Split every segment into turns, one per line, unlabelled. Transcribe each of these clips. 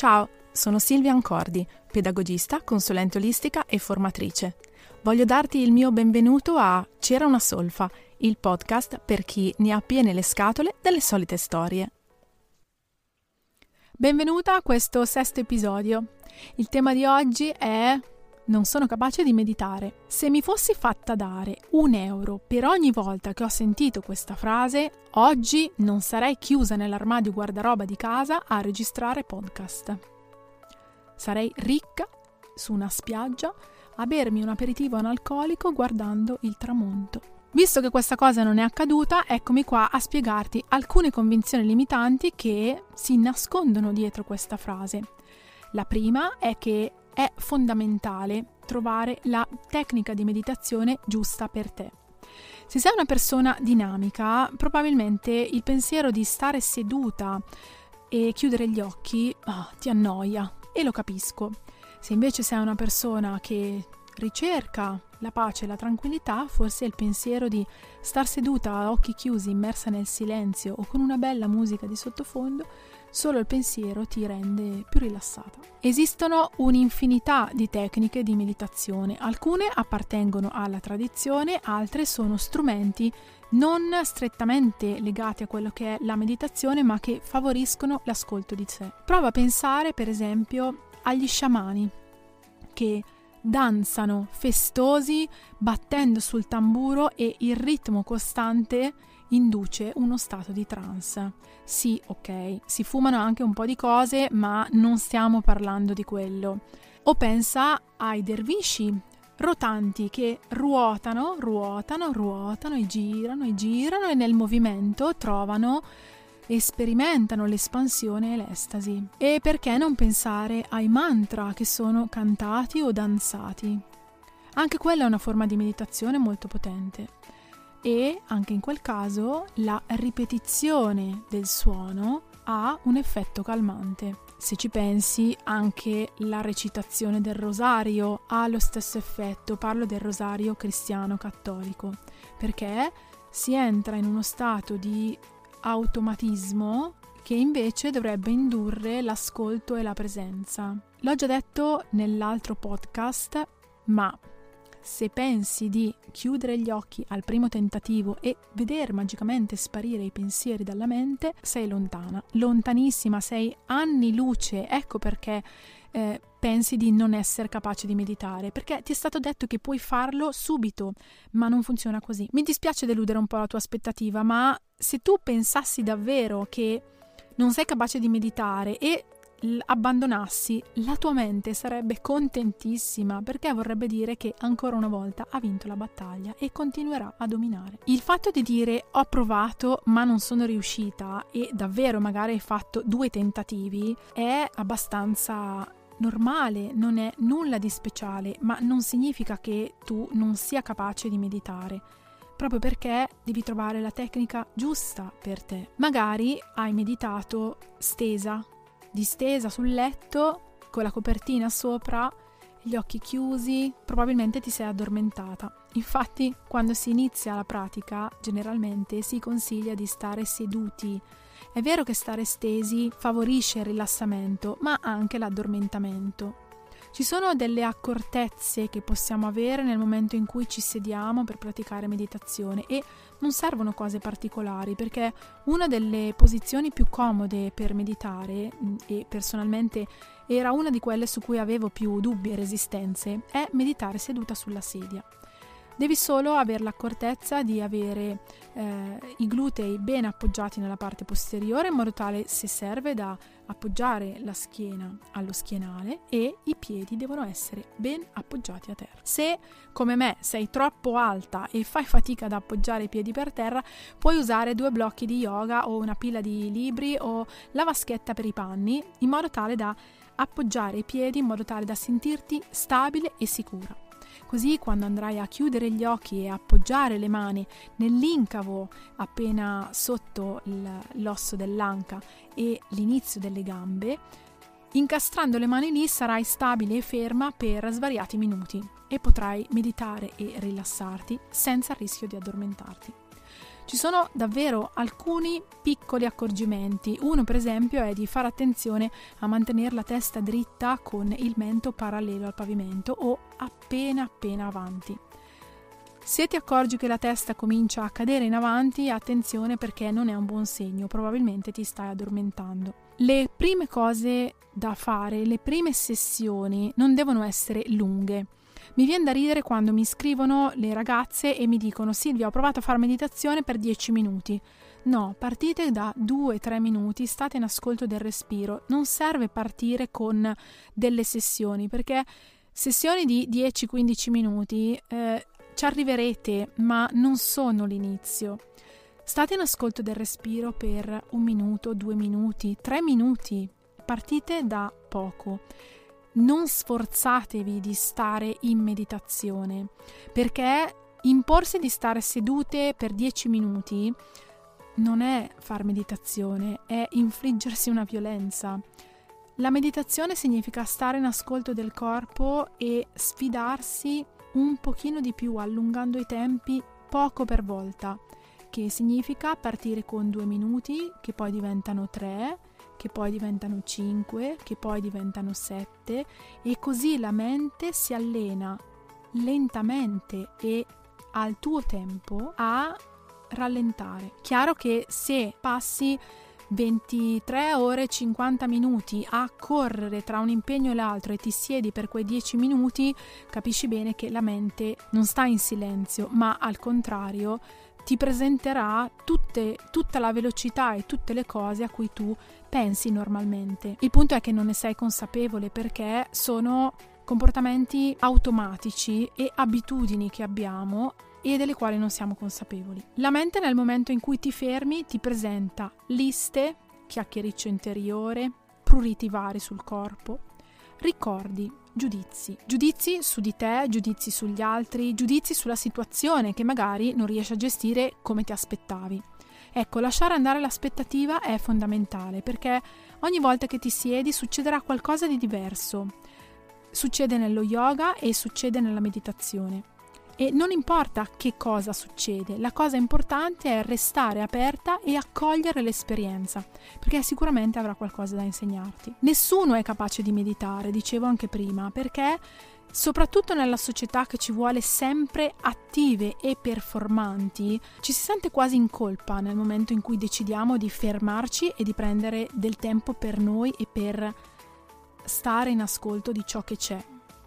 Ciao, sono Silvia Ancordi, pedagogista, consulente olistica e formatrice. Voglio darti il mio benvenuto a C'era una solfa, il podcast per chi ne ha piene le scatole delle solite storie. Benvenuta a questo sesto episodio. Il tema di oggi è: non sono capace di meditare. Se mi fossi fatta dare €1 per ogni volta che ho sentito questa frase, oggi non sarei chiusa nell'armadio guardaroba di casa a registrare podcast. Sarei ricca su una spiaggia a bermi un aperitivo analcolico guardando il tramonto. Visto che questa cosa non è accaduta, eccomi qua a spiegarti alcune convinzioni limitanti che si nascondono dietro questa frase. La prima è che è fondamentale trovare la tecnica di meditazione giusta per te. Se sei una persona dinamica, probabilmente il pensiero di stare seduta e chiudere gli occhi ti annoia, e lo capisco. Se invece sei una persona che ricerca la pace e la tranquillità, forse il pensiero di star seduta a occhi chiusi, immersa nel silenzio o con una bella musica di sottofondo, solo il pensiero ti rende più rilassata. Esistono un'infinità di tecniche di meditazione, alcune appartengono alla tradizione, altre sono strumenti non strettamente legati a quello che è la meditazione, ma che favoriscono l'ascolto di sé. Prova a pensare, per esempio, agli sciamani che danzano festosi, battendo sul tamburo, e il ritmo costante induce uno stato di trance. Sì, ok, si fumano anche un po' di cose, ma non stiamo parlando di quello. O pensa ai dervisci rotanti che ruotano e girano e nel movimento trovano e sperimentano l'espansione e l'estasi. E perché non pensare ai mantra che sono cantati o danzati? Anche quella è una forma di meditazione molto potente. E anche in quel caso la ripetizione del suono ha un effetto calmante. Se ci pensi, anche la recitazione del rosario ha lo stesso effetto. Parlo del rosario cristiano cattolico, perché si entra in uno stato di automatismo che invece dovrebbe indurre l'ascolto e la presenza. L'ho già detto nell'altro podcast, ma se pensi di chiudere gli occhi al primo tentativo e vedere magicamente sparire i pensieri dalla mente, sei lontana, lontanissima, sei anni luce. Ecco perché pensi di non essere capace di meditare, perché ti è stato detto che puoi farlo subito, ma non funziona così. Mi dispiace deludere un po' la tua aspettativa, ma se tu pensassi davvero che non sei capace di meditare e abbandonassi, la tua mente sarebbe contentissima, perché vorrebbe dire che ancora una volta ha vinto la battaglia e continuerà a dominare. Il fatto di dire ho provato ma non sono riuscita e davvero magari hai fatto 2 tentativi è abbastanza normale, non è nulla di speciale, ma non significa che tu non sia capace di meditare, proprio perché devi trovare la tecnica giusta per te. Magari hai meditato distesa sul letto, con la copertina sopra, gli occhi chiusi, probabilmente ti sei addormentata. Infatti, quando si inizia la pratica, generalmente si consiglia di stare seduti. È vero che stare stesi favorisce il rilassamento, ma anche l'addormentamento. Ci sono delle accortezze che possiamo avere nel momento in cui ci sediamo per praticare meditazione, e non servono cose particolari, perché una delle posizioni più comode per meditare, e personalmente era una di quelle su cui avevo più dubbi e resistenze, è meditare seduta sulla sedia. Devi solo avere l'accortezza di avere i glutei ben appoggiati nella parte posteriore, in modo tale, se serve, da appoggiare la schiena allo schienale, e i piedi devono essere ben appoggiati a terra. Se, come me, sei troppo alta e fai fatica ad appoggiare i piedi per terra, puoi usare 2 blocchi di yoga o una pila di libri o la vaschetta per i panni, in modo tale da appoggiare i piedi, in modo tale da sentirti stabile e sicura. Così, quando andrai a chiudere gli occhi e appoggiare le mani nell'incavo appena sotto l'osso dell'anca e l'inizio delle gambe, incastrando le mani lì, sarai stabile e ferma per svariati minuti e potrai meditare e rilassarti senza il rischio di addormentarti. Ci sono davvero alcuni piccoli accorgimenti. Uno, per esempio, è di fare attenzione a mantenere la testa dritta con il mento parallelo al pavimento o appena avanti. Se ti accorgi che la testa comincia a cadere in avanti, attenzione, perché non è un buon segno, probabilmente ti stai addormentando. Le prime cose da fare, le prime sessioni non devono essere lunghe. Mi viene da ridere quando mi scrivono le ragazze e mi dicono: Silvia, ho provato a fare meditazione per 10 minuti. No, partite da 2-3 minuti, state in ascolto del respiro. Non serve partire con delle sessioni, perché sessioni di 10-15 minuti ci arriverete, ma non sono l'inizio. State in ascolto del respiro per 1 minuto, 2 minuti, 3 minuti. Partite da poco. Non sforzatevi di stare in meditazione, perché imporsi di stare sedute per 10 minuti non è far meditazione, è infliggersi una violenza. La meditazione significa stare in ascolto del corpo e sfidarsi un pochino di più, allungando i tempi poco per volta, che significa partire con 2 minuti, che poi diventano 3, che poi diventano 5, che poi diventano 7, e così la mente si allena lentamente e al tuo tempo a rallentare. Chiaro che se passi 23 ore e 50 minuti a correre tra un impegno e l'altro e ti siedi per quei 10 minuti, capisci bene che la mente non sta in silenzio, ma al contrario ti presenterà tutta la velocità e tutte le cose a cui tu pensi normalmente. Il punto è che non ne sei consapevole, perché sono comportamenti automatici e abitudini che abbiamo e delle quali non siamo consapevoli. La mente, nel momento in cui ti fermi, ti presenta liste, chiacchiericcio interiore, pruriti vari sul corpo, ricordi, giudizi su di te, giudizi sugli altri, giudizi sulla situazione che magari non riesci a gestire come ti aspettavi. Ecco, lasciare andare l'aspettativa è fondamentale, perché ogni volta che ti siedi succederà qualcosa di diverso. Succede nello yoga e succede nella meditazione. E non importa che cosa succede, la cosa importante è restare aperta e accogliere l'esperienza, perché sicuramente avrà qualcosa da insegnarti. Nessuno è capace di meditare, dicevo anche prima, perché soprattutto nella società che ci vuole sempre attive e performanti, ci si sente quasi in colpa nel momento in cui decidiamo di fermarci e di prendere del tempo per noi e per stare in ascolto di ciò che c'è.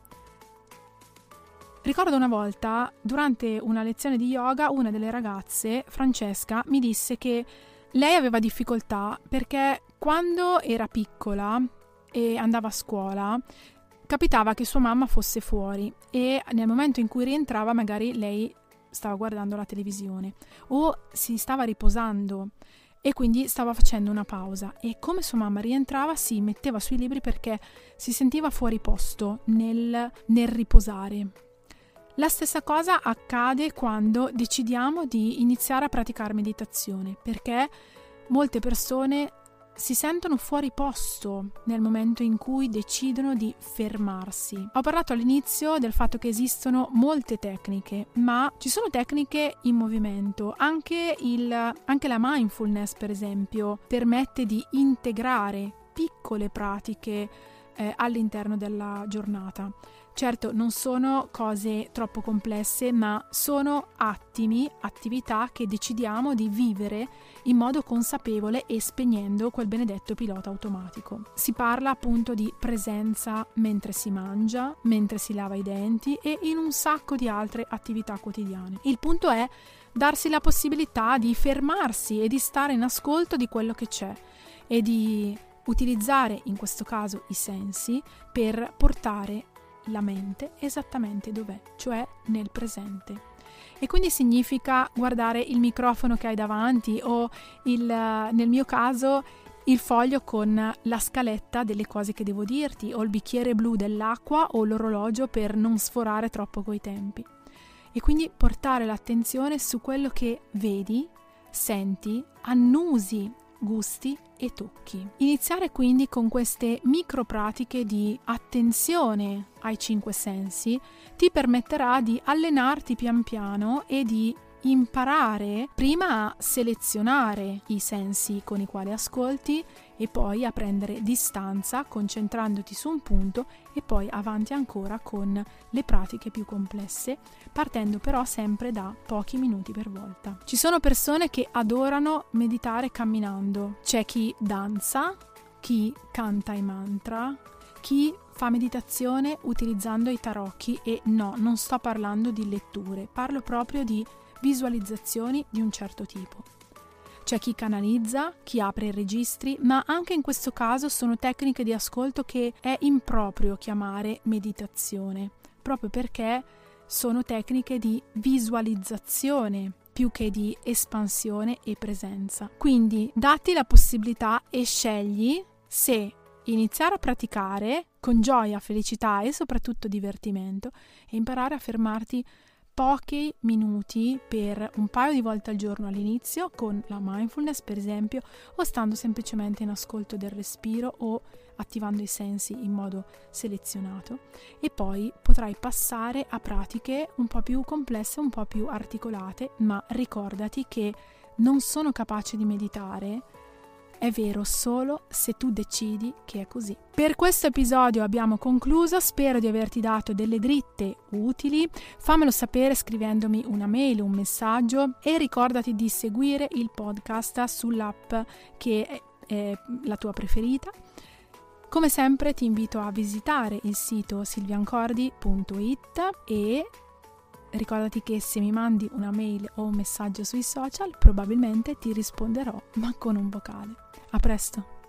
Ricordo una volta, durante una lezione di yoga, una delle ragazze, Francesca, mi disse che lei aveva difficoltà perché quando era piccola e andava a scuola, capitava che sua mamma fosse fuori e nel momento in cui rientrava magari lei stava guardando la televisione o si stava riposando e quindi stava facendo una pausa, e come sua mamma rientrava si metteva sui libri perché si sentiva fuori posto nel riposare. La stessa cosa accade quando decidiamo di iniziare a praticare meditazione, perché molte persone si sentono fuori posto nel momento in cui decidono di fermarsi. Ho parlato all'inizio del fatto che esistono molte tecniche, ma ci sono tecniche in movimento. Anche la mindfulness, per esempio, permette di integrare piccole pratiche all'interno della giornata. Certo, non sono cose troppo complesse, ma sono attività che decidiamo di vivere in modo consapevole e spegnendo quel benedetto pilota automatico. Si parla appunto di presenza mentre si mangia, mentre si lava i denti e in un sacco di altre attività quotidiane. Il punto è darsi la possibilità di fermarsi e di stare in ascolto di quello che c'è e di utilizzare in questo caso i sensi per portare la mente esattamente dov'è, cioè nel presente. E quindi significa guardare il microfono che hai davanti o nel mio caso il foglio con la scaletta delle cose che devo dirti, o il bicchiere blu dell'acqua o l'orologio per non sforare troppo coi tempi. E quindi portare l'attenzione su quello che vedi, senti, annusi, gusti e tocchi. Iniziare quindi con queste micro pratiche di attenzione ai 5 sensi ti permetterà di allenarti pian piano e di imparare prima a selezionare i sensi con i quali ascolti e poi a prendere distanza concentrandoti su un punto e poi avanti ancora con le pratiche più complesse, partendo però sempre da pochi minuti per volta. Ci sono persone che adorano meditare camminando, c'è chi danza, chi canta i mantra, chi fa meditazione utilizzando i tarocchi e no, non sto parlando di letture, parlo proprio di visualizzazioni di un certo tipo. C'è chi canalizza, chi apre i registri, ma anche in questo caso sono tecniche di ascolto che è improprio chiamare meditazione, proprio perché sono tecniche di visualizzazione più che di espansione e presenza. Quindi datti la possibilità e scegli se iniziare a praticare con gioia, felicità e soprattutto divertimento e imparare a fermarti pochi minuti per un paio di volte al giorno all'inizio con la mindfulness per esempio, o stando semplicemente in ascolto del respiro o attivando i sensi in modo selezionato, e poi potrai passare a pratiche un po' più complesse, un po' più articolate, ma ricordati che non sono capace di meditare. È vero solo se tu decidi che è così. Per questo episodio abbiamo concluso, spero di averti dato delle dritte utili, fammelo sapere scrivendomi una mail, un messaggio e ricordati di seguire il podcast sull'app che è la tua preferita. Come sempre ti invito a visitare il sito silviancordi.it e ricordati che se mi mandi una mail o un messaggio sui social probabilmente ti risponderò, ma con un vocale. A presto!